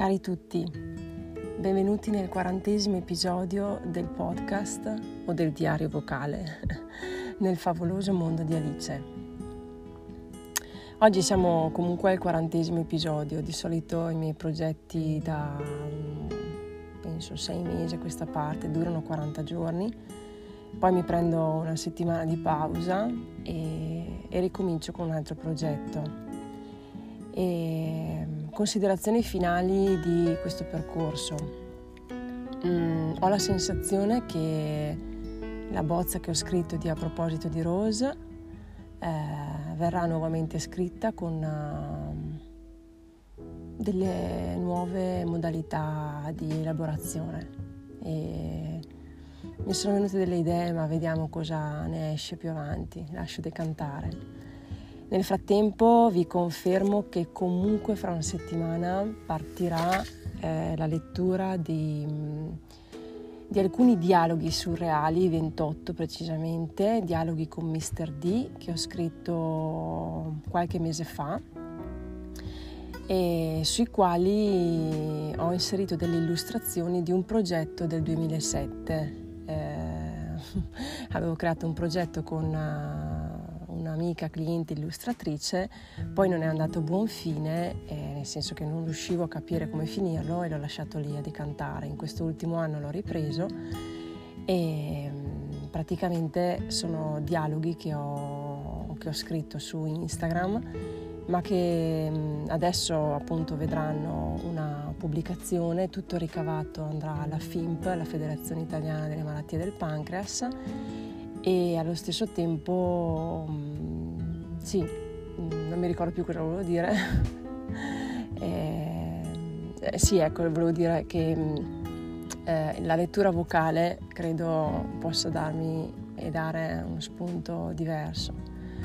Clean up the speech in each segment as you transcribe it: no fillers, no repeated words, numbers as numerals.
Cari tutti, benvenuti nel 40° episodio del podcast o del diario vocale nel favoloso mondo di Alice. Oggi siamo comunque al 40° episodio. Di solito i miei progetti da penso 6 mesi a questa parte durano 40 giorni, poi mi prendo una settimana di pausa e ricomincio con un altro progetto. E considerazioni finali di questo percorso. Ho la sensazione che la bozza che ho scritto A proposito di Rose verrà nuovamente scritta con delle nuove modalità di elaborazione e mi sono venute delle idee, ma vediamo cosa ne esce più avanti, lascio decantare. Nel frattempo vi confermo che comunque fra una settimana partirà la lettura di alcuni dialoghi surreali, 28 precisamente, dialoghi con Mr. D che ho scritto qualche mese fa e sui quali ho inserito delle illustrazioni di un progetto del 2007. Avevo creato un progetto con un'amica cliente illustratrice, poi non è andato a buon fine, nel senso che non riuscivo a capire come finirlo e l'ho lasciato lì a decantare. In questo ultimo anno l'ho ripreso e praticamente sono dialoghi che ho scritto su Instagram, ma che adesso appunto vedranno una pubblicazione. Tutto ricavato andrà alla FIMP, la Federazione Italiana delle Malattie del Pancreas, e allo stesso tempo non mi ricordo più cosa volevo dire. Volevo dire che la lettura vocale credo possa darmi e dare uno spunto diverso.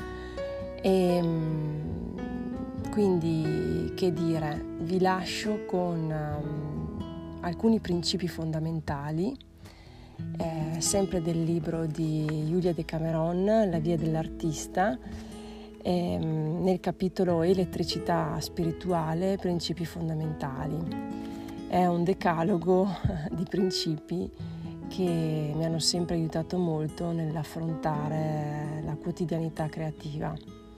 Quindi, che dire, vi lascio con alcuni principi fondamentali, sempre del libro di Julia De Cameron, La via dell'artista, nel capitolo Elettricità spirituale, principi fondamentali. È un decalogo di principi che mi hanno sempre aiutato molto nell'affrontare la quotidianità creativa.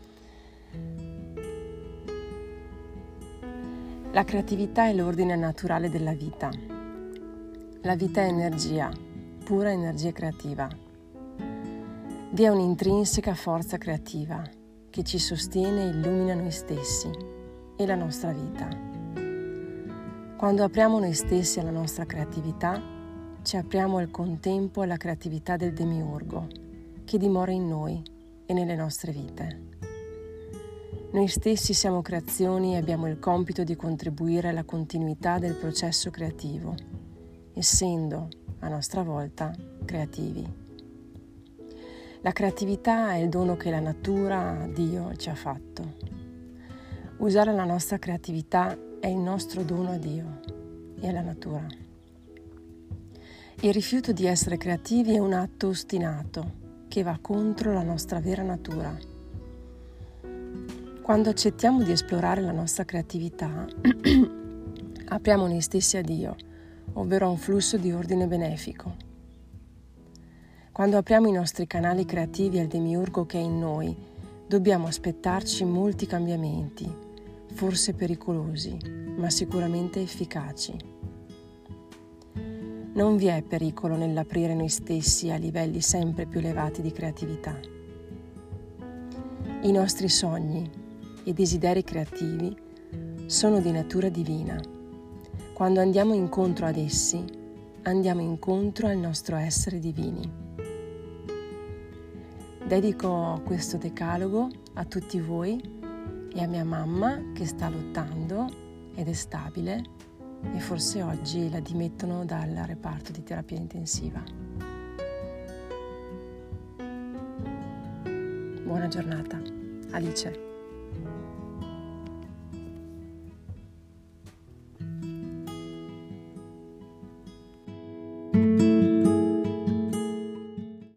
La creatività è l'ordine naturale della vita. La vita è energia, pura energia creativa. Vi è un'intrinseca forza creativa che ci sostiene e illumina noi stessi e la nostra vita. Quando apriamo noi stessi alla nostra creatività, ci apriamo al contempo alla creatività del Demiurgo che dimora in noi e nelle nostre vite. Noi stessi siamo creazioni e abbiamo il compito di contribuire alla continuità del processo creativo, essendo a nostra volta creativi. La creatività è il dono che la natura, Dio, ci ha fatto. Usare la nostra creatività è il nostro dono a Dio e alla natura. Il rifiuto di essere creativi è un atto ostinato che va contro la nostra vera natura. Quando accettiamo di esplorare la nostra creatività, apriamo noi stessi a Dio, ovvero a un flusso di ordine benefico. Quando apriamo i nostri canali creativi al Demiurgo che è in noi, dobbiamo aspettarci molti cambiamenti, forse pericolosi, ma sicuramente efficaci. Non vi è pericolo nell'aprire noi stessi a livelli sempre più elevati di creatività. I nostri sogni e desideri creativi sono di natura divina. Quando andiamo incontro ad essi, andiamo incontro al nostro essere divini. Dedico questo decalogo a tutti voi e a mia mamma che sta lottando ed è stabile e forse oggi la dimettono dal reparto di terapia intensiva. Buona giornata, Alice.